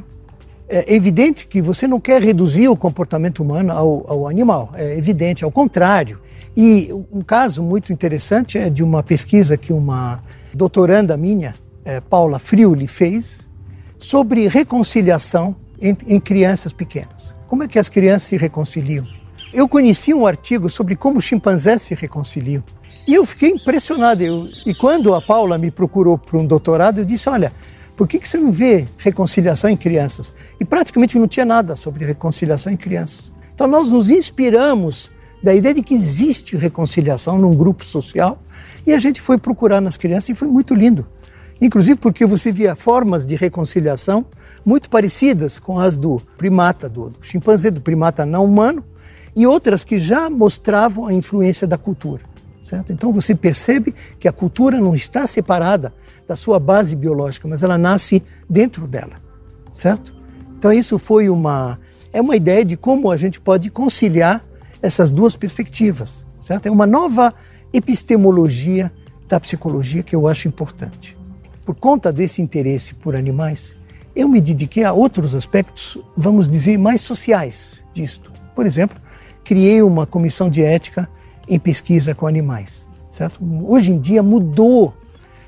é evidente que você não quer reduzir o comportamento humano ao animal, é evidente, ao contrário. E um caso muito interessante é de uma pesquisa que uma doutoranda minha, Paula Friuli, fez sobre reconciliação em crianças pequenas. Como é que as crianças se reconciliam? Eu conheci um artigo sobre como chimpanzés se reconciliam. E eu fiquei impressionado. E quando a Paula me procurou para um doutorado, eu disse, olha, por que você não vê reconciliação em crianças? E praticamente não tinha nada sobre reconciliação em crianças. Então nós nos inspiramos da ideia de que existe reconciliação num grupo social e a gente foi procurar nas crianças e foi muito lindo. Inclusive porque você via formas de reconciliação muito parecidas com as do primata, do chimpanzé, do primata não humano, e outras que já mostravam a influência da cultura. Certo? Então você percebe que a cultura não está separada da sua base biológica, mas ela nasce dentro dela. Certo? Então isso foi uma ideia de como a gente pode conciliar essas duas perspectivas. Certo? É uma nova epistemologia da psicologia que eu acho importante. Por conta desse interesse por animais, eu me dediquei a outros aspectos, vamos dizer, mais sociais disto. Por exemplo, criei uma comissão de ética em pesquisa com animais. Certo? Hoje em dia mudou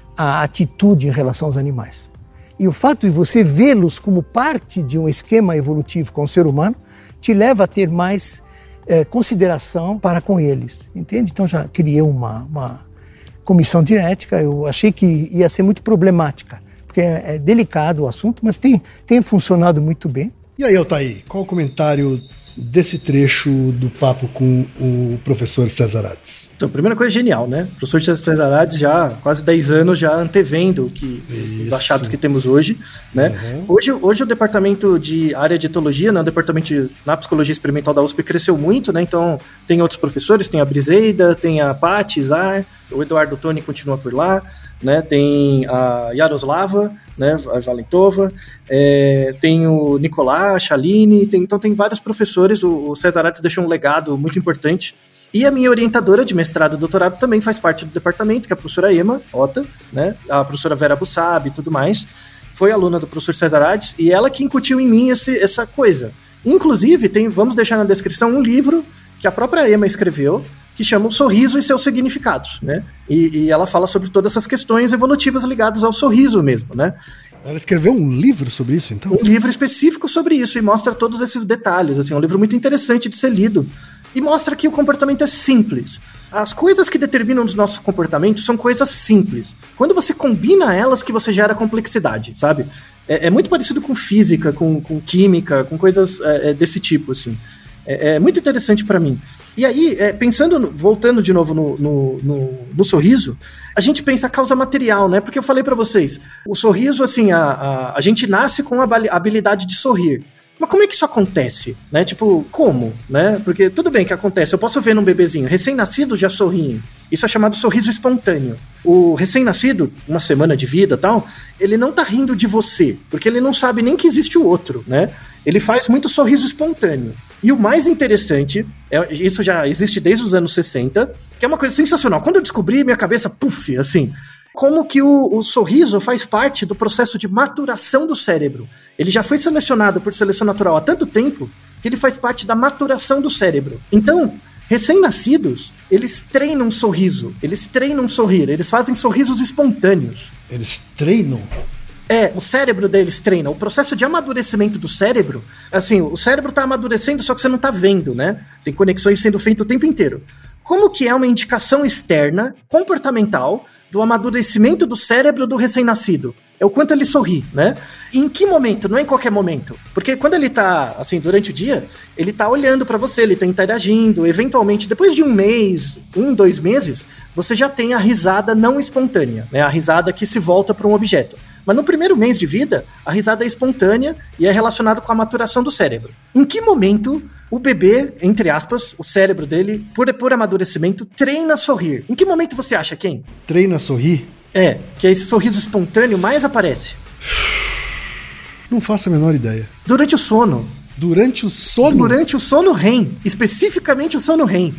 a atitude em relação aos animais. E o fato de você vê-los como parte de um esquema evolutivo com o ser humano te leva a ter mais consideração para com eles. Entende? Então já criei uma comissão de ética. Eu achei que ia ser muito problemática, porque é delicado o assunto, mas tem funcionado muito bem. E aí, Altair, qual o comentário desse trecho do papo com o professor Cesarades? Então, a primeira coisa genial, né? O professor Cesarades já há quase 10 anos já antevendo os achados que temos hoje, né? Uhum. Hoje o departamento de área de etologia, né, o departamento na psicologia experimental da USP cresceu muito, né? Então tem outros professores, tem a Briseida, tem a Paty Zar, o Eduardo Toni continua por lá, né? Tem a Yaroslava, né? A Valentova, tem o Nicolás, a Chaline, então tem vários professores. O Cesarades deixou um legado muito importante. E a minha orientadora de mestrado e doutorado também faz parte do departamento, que é a professora Emma Ota, né? A professora Vera Bussab e tudo mais. Foi aluna do professor Cesarades e ela que incutiu em mim essa coisa. Inclusive, vamos deixar na descrição um livro que a própria Emma escreveu, que chama O Sorriso e Seus Significados, né? E ela fala sobre todas essas questões evolutivas ligadas ao sorriso mesmo, né? Ela escreveu um livro sobre isso, então? Um livro específico sobre isso e mostra todos esses detalhes, assim, é um livro muito interessante de ser lido e mostra que o comportamento é simples. As coisas que determinam os nossos comportamentos são coisas simples. Quando você combina elas que você gera complexidade, sabe? É muito parecido com física, com química, com coisas desse tipo, assim. É muito interessante para mim. E aí, voltando de novo no sorriso, a gente pensa a causa material, né? Porque eu falei para vocês, o sorriso, assim, a gente nasce com a habilidade de sorrir. Mas como é que isso acontece? Né? Tipo, como? Né? Porque tudo bem que acontece, eu posso ver num bebezinho recém-nascido já sorrindo. Isso é chamado sorriso espontâneo. O recém-nascido, uma semana de vida e tal, ele não tá rindo de você, porque ele não sabe nem que existe o outro, né? Ele faz muito sorriso espontâneo. E o mais interessante, isso já existe desde os anos 60, que é uma coisa sensacional. Quando eu descobri, minha cabeça, puf, assim, como que o sorriso faz parte do processo de maturação do cérebro. Ele já foi selecionado por seleção natural há tanto tempo que ele faz parte da maturação do cérebro. Então, recém-nascidos, eles treinam sorriso, eles treinam sorrir, eles fazem sorrisos espontâneos. Eles treinam? O cérebro deles treina. O processo de amadurecimento do cérebro, assim, o cérebro tá amadurecendo, só que você não tá vendo, né? Tem conexões sendo feitas o tempo inteiro. Como que é uma indicação externa, comportamental, do amadurecimento do cérebro do recém-nascido? É o quanto ele sorri, né? E em que momento? Não é em qualquer momento. Porque quando ele tá, assim, durante o dia, ele tá olhando pra você, ele tá interagindo, eventualmente, depois de 1 mês, 2 meses, você já tem a risada não espontânea, né? A risada que se volta para um objeto. Mas no primeiro mês de vida, a risada é espontânea e é relacionado com a maturação do cérebro. Em que momento o bebê, entre aspas, o cérebro dele, por amadurecimento, treina a sorrir? Em que momento você acha, Ken? Treina a sorrir? Que esse sorriso espontâneo mais aparece. Não faço a menor ideia. Durante o sono. Durante o sono? Durante o sono REM. Especificamente o sono REM.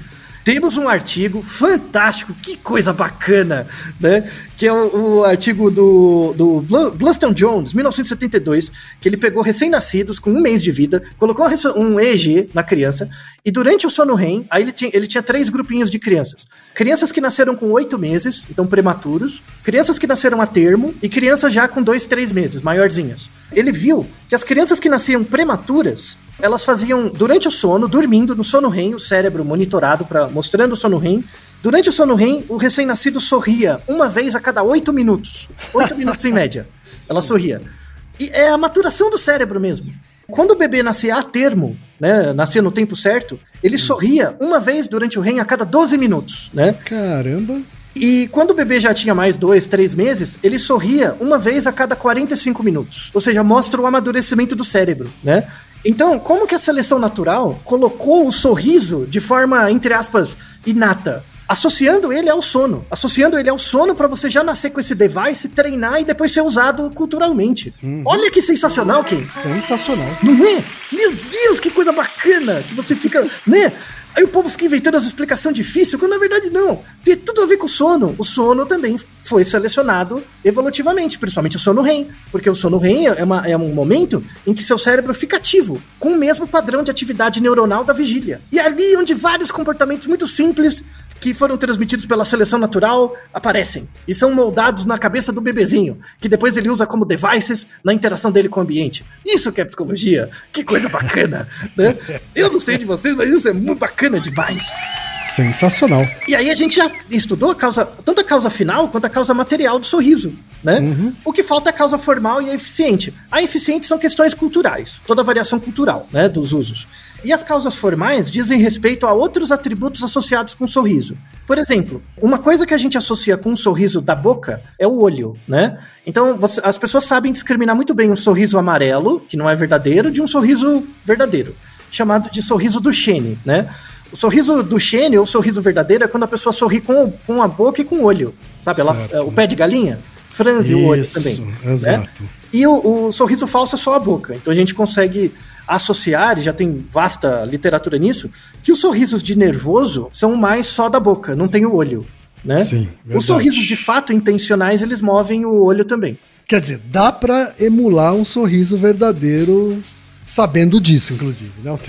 temos um artigo fantástico, que coisa bacana, né? Que é o artigo do Bluestone Jones, 1972, que ele pegou recém-nascidos com 1 mês de vida, colocou um EEG na criança, e durante o sono REM, aí ele tinha 3 grupinhos de crianças. Crianças que nasceram com 8 meses, então prematuros, crianças que nasceram a termo, e crianças já com 2, 3 meses, maiorzinhas. Ele viu que as crianças que nasciam prematuras, elas faziam, durante o sono, dormindo no sono REM, o cérebro monitorado, mostrando o sono REM. Durante o sono REM, o recém-nascido sorria 1 vez a cada 8 minutos. 8 minutos em média. Ela sorria. E é a maturação do cérebro mesmo. Quando o bebê nascia a termo, né, nascia no tempo certo, ele sorria 1 vez durante o REM a cada 12 minutos, né? Caramba! E quando o bebê já tinha mais 2, 3 meses, ele sorria 1 vez a cada 45 minutos. Ou seja, mostra o amadurecimento do cérebro, né? Então, como que a seleção natural colocou o sorriso de forma, entre aspas, inata? Associando ele ao sono. Associando ele ao sono para você já nascer com esse device, treinar e depois ser usado culturalmente. Olha que sensacional, Ken. Sensacional. Não é? Meu Deus, que coisa bacana. Que você fica, né? Aí o povo fica inventando as explicações difíceis, quando na verdade não. Tem tudo a ver com o sono. O sono também foi selecionado evolutivamente, principalmente o sono REM. Porque o sono REM é um momento em que seu cérebro fica ativo, com o mesmo padrão de atividade neuronal da vigília. E ali onde vários comportamentos muito simples que foram transmitidos pela seleção natural aparecem e são moldados na cabeça do bebezinho, que depois ele usa como devices na interação dele com o ambiente. Isso que é psicologia, que coisa bacana, né? Eu não sei de vocês, mas isso é muito bacana demais. Sensacional. E aí a gente já estudou tanto a causa final quanto a causa material do sorriso, né? O que falta é a causa formal e a eficiente. A eficiente são questões culturais, toda a variação cultural, né, dos usos. E as causas formais dizem respeito a outros atributos associados com o sorriso. Por exemplo, uma coisa que a gente associa com o sorriso da boca é o olho, né? Então, as pessoas sabem discriminar muito bem um sorriso amarelo, que não é verdadeiro, de um sorriso verdadeiro, chamado de sorriso Duchenne, né? O sorriso Duchenne ou sorriso verdadeiro é quando a pessoa sorri com a boca e com o olho, sabe? O pé de galinha franze o olho também. Exato. Né? E o sorriso falso é só a boca. Então a gente consegue associar, e já tem vasta literatura nisso, que os sorrisos de nervoso são mais só da boca, não tem o olho, né? Sim, verdade. Os sorrisos de fato intencionais, eles movem o olho também. Quer dizer, dá pra emular um sorriso verdadeiro sabendo disso, inclusive, não?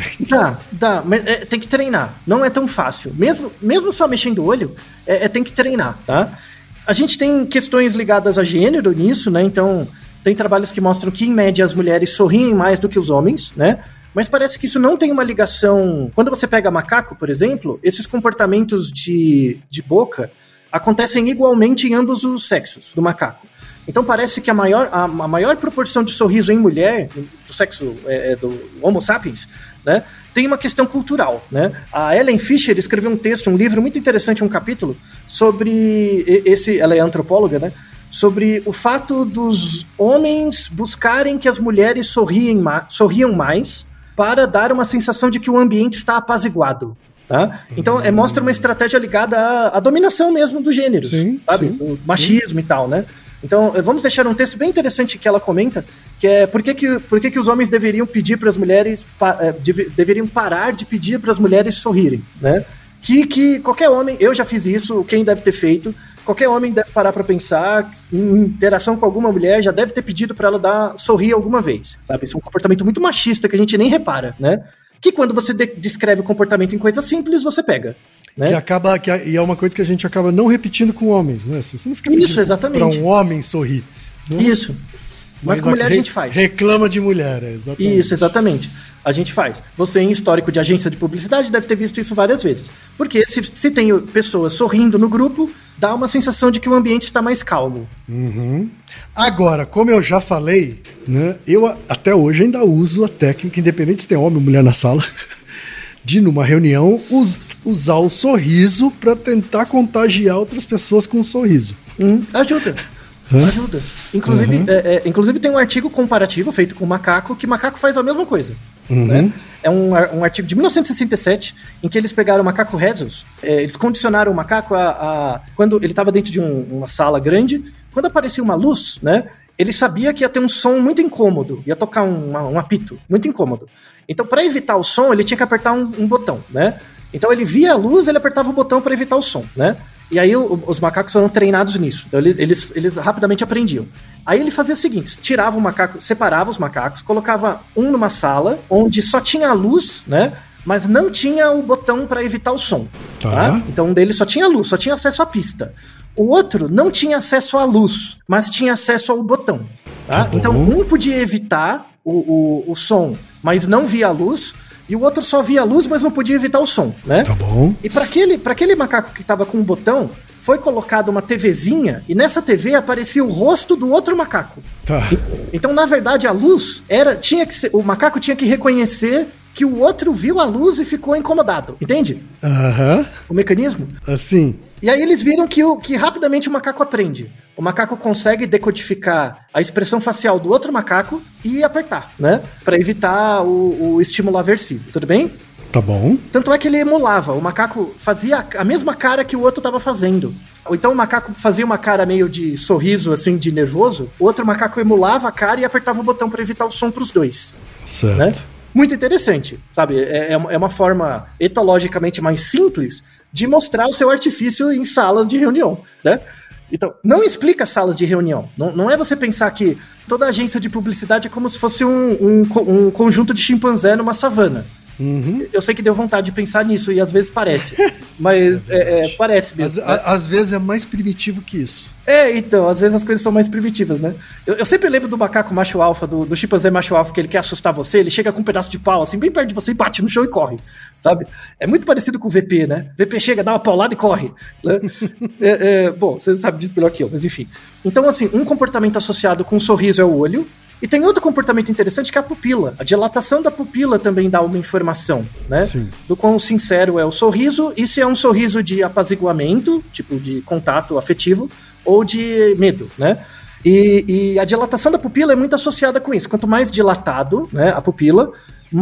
Dá, mas tem que treinar, não é tão fácil. Mesmo só mexendo o olho, tem que treinar, tá? A gente tem questões ligadas a gênero nisso, né? Então, tem trabalhos que mostram que, em média, as mulheres sorriem mais do que os homens, né? Mas parece que isso não tem uma ligação... Quando você pega macaco, por exemplo, esses comportamentos de boca acontecem igualmente em ambos os sexos do macaco. Então parece que a maior proporção de sorriso em mulher, do sexo do Homo sapiens, né, tem uma questão cultural, né? A Ellen Fisher escreveu um livro muito interessante, um capítulo, sobre ela é antropóloga, né? Sobre o fato dos homens buscarem que as mulheres sorriam mais para dar uma sensação de que o ambiente está apaziguado. Tá? Então, mostra uma estratégia ligada à dominação mesmo do gênero, sabe? O machismo e tal, né? Então, vamos deixar um texto bem interessante que ela comenta, que é por que os homens deveriam pedir para as mulheres, deveriam parar de pedir para as mulheres sorrirem, né? Que qualquer homem, eu já fiz isso, quem deve ter feito, qualquer homem deve parar para pensar, em interação com alguma mulher, já deve ter pedido para ela sorrir alguma vez, sabe? Isso é um comportamento muito machista que a gente nem repara, né? Que quando você descreve o comportamento em coisas simples, você pega. Né? E é uma coisa que a gente acaba não repetindo com homens, né? Você não fica pedindo para um homem sorrir. Né? Isso. Mas com mulher a gente faz. Reclama de mulher, exatamente. Isso, exatamente. A gente faz. Você, em histórico de agência de publicidade, deve ter visto isso várias vezes. Porque se tem pessoas sorrindo no grupo, dá uma sensação de que o ambiente está mais calmo. Uhum. Agora, como eu já falei, né, eu até hoje ainda uso a técnica, independente se tem homem ou mulher na sala, de numa reunião usar o sorriso para tentar contagiar outras pessoas com o sorriso. Ajuda. Ajuda. Inclusive tem um artigo comparativo feito com macaco, que macaco faz a mesma coisa. Né? É um artigo de 1967, em que eles pegaram o macaco rhesus, eles condicionaram o macaco quando ele estava dentro de uma sala grande, quando aparecia uma luz, né, ele sabia que ia ter um som muito incômodo, ia tocar um apito muito incômodo. Então, para evitar o som, ele tinha que apertar um botão, né? Então ele via a luz, ele apertava o botão para evitar o som, né? E aí os macacos foram treinados nisso. Então eles rapidamente aprendiam. Aí ele fazia o seguinte, tirava o macaco, separava os macacos, colocava um numa sala onde só tinha a luz, né? Mas não tinha o botão para evitar o som. Tá? Então um deles só tinha luz, só tinha acesso à pista. O outro não tinha acesso à luz, mas tinha acesso ao botão. Tá? Então um podia evitar o som, mas não via a luz, e o outro só via a luz, mas não podia evitar o som, né? Tá bom. E para aquele macaco que tava com o botão, foi colocada uma TVzinha, e nessa TV aparecia o rosto do outro macaco. Tá. Então, na verdade, a luz o macaco tinha que reconhecer que o outro viu a luz e ficou incomodado. Entende? O mecanismo? Assim. E aí eles viram que rapidamente o macaco aprende. O macaco consegue decodificar a expressão facial do outro macaco e apertar, né? Pra evitar o estímulo aversivo. Tudo bem? Tá bom. Tanto é que ele emulava. O macaco fazia a mesma cara que o outro tava fazendo. Ou então o macaco fazia uma cara meio de sorriso, assim, de nervoso. O outro macaco emulava a cara e apertava o botão pra evitar o som pros dois. Certo. Né? Muito interessante, sabe? É uma forma etologicamente mais simples de mostrar o seu artifício em salas de reunião, né? Então, não explica salas de reunião. Não é você pensar que toda agência de publicidade é como se fosse um conjunto de chimpanzé numa savana. Uhum. Eu sei que deu vontade de pensar nisso e às vezes parece, mas parece mesmo. Às vezes é mais primitivo que isso. Então, às vezes as coisas são mais primitivas, né? Eu sempre lembro do macaco macho alfa, do chimpanzé macho alfa, que ele quer assustar você, ele chega com um pedaço de pau, assim, bem perto de você e bate no chão e corre, sabe? É muito parecido com o VP, né? O VP chega, dá uma paulada e corre. Né? Bom, você sabe disso melhor que eu, mas enfim. Então, assim, um comportamento associado com um sorriso é o olho. E tem outro comportamento interessante que é a pupila. A dilatação da pupila também dá uma informação, né? Sim. Do quão sincero é o sorriso e se é um sorriso de apaziguamento, tipo de contato afetivo, ou de medo, né? E a dilatação da pupila é muito associada com isso. Quanto mais dilatado, né, a pupila,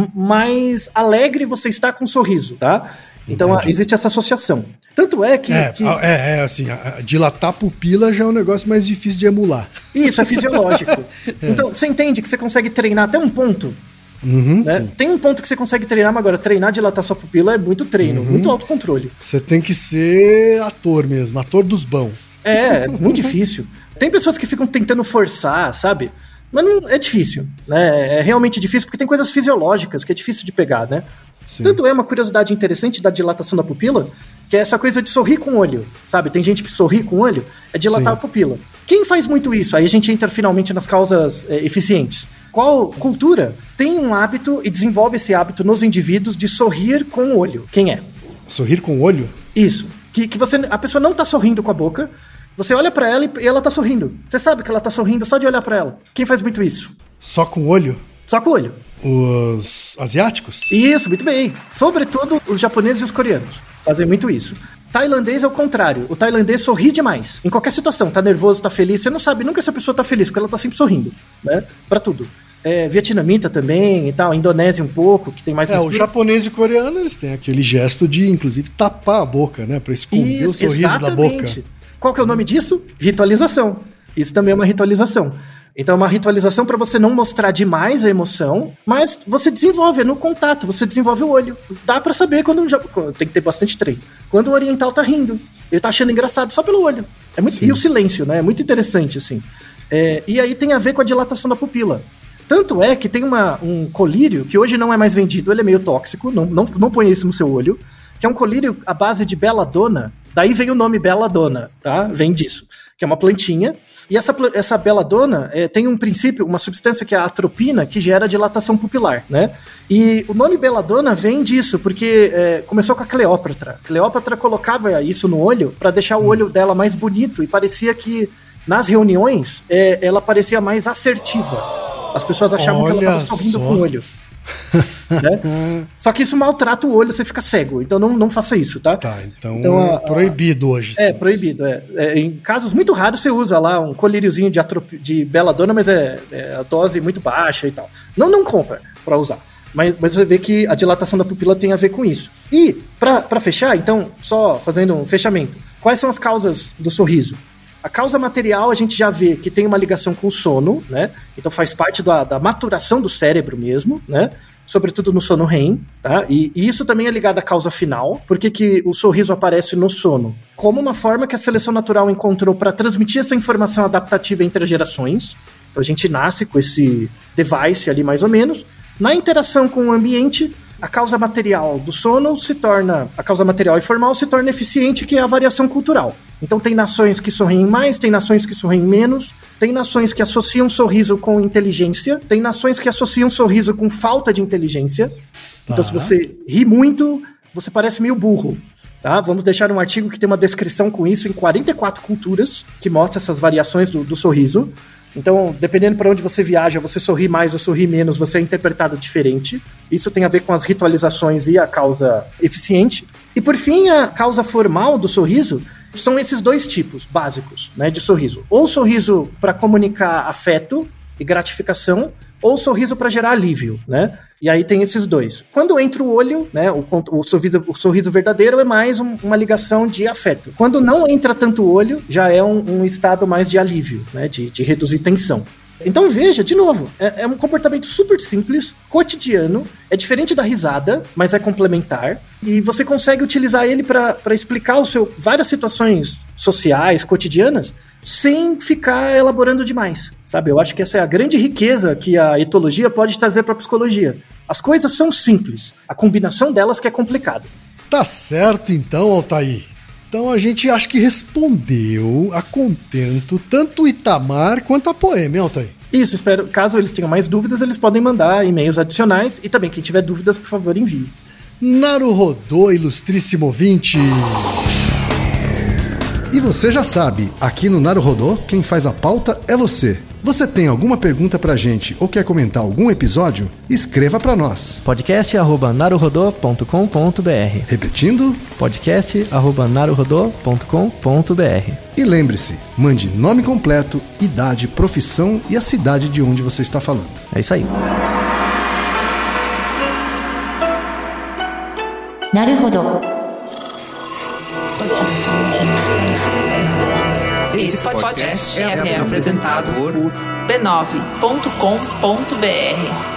mais alegre você está com o sorriso, tá? Então existe essa associação. Tanto é que... assim, dilatar a pupila já é um negócio mais difícil de emular. Isso, é fisiológico. Então, você entende que você consegue treinar até um ponto. Uhum, né? Tem um ponto que você consegue treinar, mas agora treinar, dilatar sua pupila é muito treino, muito autocontrole. Você tem que ser ator mesmo, ator dos bons. É muito difícil. Tem pessoas que ficam tentando forçar, sabe? Mas não, é difícil, né? É realmente difícil, porque tem coisas fisiológicas que é difícil de pegar, né? Sim. Tanto é uma curiosidade interessante da dilatação da pupila, que é essa coisa de sorrir com o olho, sabe? Tem gente que sorri com o olho, é dilatar a pupila. Quem faz muito isso? Aí a gente entra finalmente nas causas eficientes. Qual cultura tem um hábito e desenvolve esse hábito nos indivíduos de sorrir com o olho? Quem é? Sorrir com o olho? Isso. Que a pessoa não tá sorrindo com a boca, você olha pra ela e ela tá sorrindo. Você sabe que ela tá sorrindo só de olhar pra ela. Quem faz muito isso? Só com o olho? Só com o olho. Os asiáticos? Isso, muito bem. Sobretudo os japoneses e os coreanos fazem muito isso. Tailandês é o contrário. O tailandês sorri demais. Em qualquer situação. Tá nervoso, tá feliz. Você não sabe nunca se a pessoa tá feliz, porque ela tá sempre sorrindo, né? Pra tudo. Vietnamita também e tal. Indonésia um pouco, que tem mais... O japonês e o coreano, eles têm aquele gesto de, inclusive, tapar a boca, né? Pra esconder o sorriso exatamente. Da boca. Qual que é o nome disso? Ritualização. Isso também é uma ritualização. Então é uma ritualização para você não mostrar demais a emoção, mas você desenvolve, no contato, você desenvolve o olho. Dá para saber quando tem que ter bastante treino. Quando o oriental tá rindo, ele tá achando engraçado só pelo olho. E o silêncio, né? É muito interessante, assim. E aí tem a ver com a dilatação da pupila. Tanto é que tem um colírio que hoje não é mais vendido, ele é meio tóxico, não ponha isso no seu olho, que é um colírio à base de belladonna. Daí vem o nome belladonna, tá? Vem disso. Que é uma plantinha. E essa belladonna tem um princípio, uma substância que é a atropina, que gera dilatação pupilar, né? E o nome belladonna vem disso, porque começou com a Cleópatra. Cleópatra colocava isso no olho para deixar o olho dela mais bonito e parecia que nas reuniões ela parecia mais assertiva. As pessoas achavam que ela estava sorrindo com o olho. Né? Só que isso maltrata o olho, você fica cego. Então não faça isso, tá? Tá, então é proibido hoje. Proibido. Em casos muito raros você usa lá um colíriozinho de belladonna, mas a dose muito baixa e tal. Não compra pra usar. Mas você vê que a dilatação da pupila tem a ver com isso. E, pra fechar, então, só fazendo um fechamento, quais são as causas do sorriso? A causa material a gente já vê que tem uma ligação com o sono, né? Então faz parte da maturação do cérebro mesmo, né? sobretudo no sono REM, tá? E isso também é ligado à causa final. Por que o sorriso aparece no sono? Como uma forma que a seleção natural encontrou para transmitir essa informação adaptativa entre as gerações. Então a gente nasce com esse device ali mais ou menos. Na interação com o ambiente, a causa material do sono a causa material e formal se torna eficiente, que é a variação cultural. Então tem nações que sorriem mais, tem nações que sorriem menos, tem nações que associam sorriso com inteligência, tem nações que associam sorriso com falta de inteligência. Então se você ri muito, você parece meio burro. Tá? Vamos deixar um artigo que tem uma descrição com isso em 44 culturas, que mostra essas variações do sorriso. Então, dependendo para onde você viaja, você sorri mais ou sorri menos, você é interpretado diferente. Isso tem a ver com as ritualizações e a causa eficiente. E, por fim, a causa formal do sorriso são esses dois tipos básicos, né, de sorriso. Ou sorriso para comunicar afeto e gratificação, ou sorriso para gerar alívio, né? E aí tem esses dois. Quando entra o olho, né, o sorriso verdadeiro é mais uma ligação de afeto. Quando não entra tanto o olho, já é um estado mais de alívio, né, de reduzir tensão. Então veja, de novo, é um comportamento super simples, cotidiano, é diferente da risada, mas é complementar, e você consegue utilizar ele para explicar várias situações sociais, cotidianas, sem ficar elaborando demais, sabe? Eu acho que essa é a grande riqueza que a etologia pode trazer para a psicologia. As coisas são simples, a combinação delas que é complicada. Tá certo então, Altair. Então a gente acho que respondeu a contento tanto o Itamar quanto a Poema, hein, Altair? Isso, espero. Caso eles tenham mais dúvidas, eles podem mandar e-mails adicionais, e também quem tiver dúvidas, por favor, envie. Naruhodô, ilustríssimo ouvinte! E você já sabe, aqui no Naruhodô, quem faz a pauta é você. Você tem alguma pergunta pra gente ou quer comentar algum episódio? Escreva pra nós. podcast@naruhodô.com.br. Repetindo? podcast@naruhodô.com.br. E lembre-se, mande nome completo, idade, profissão e a cidade de onde você está falando. É isso aí. Naruhodô. Esse podcast é apresentado por b9.com.br.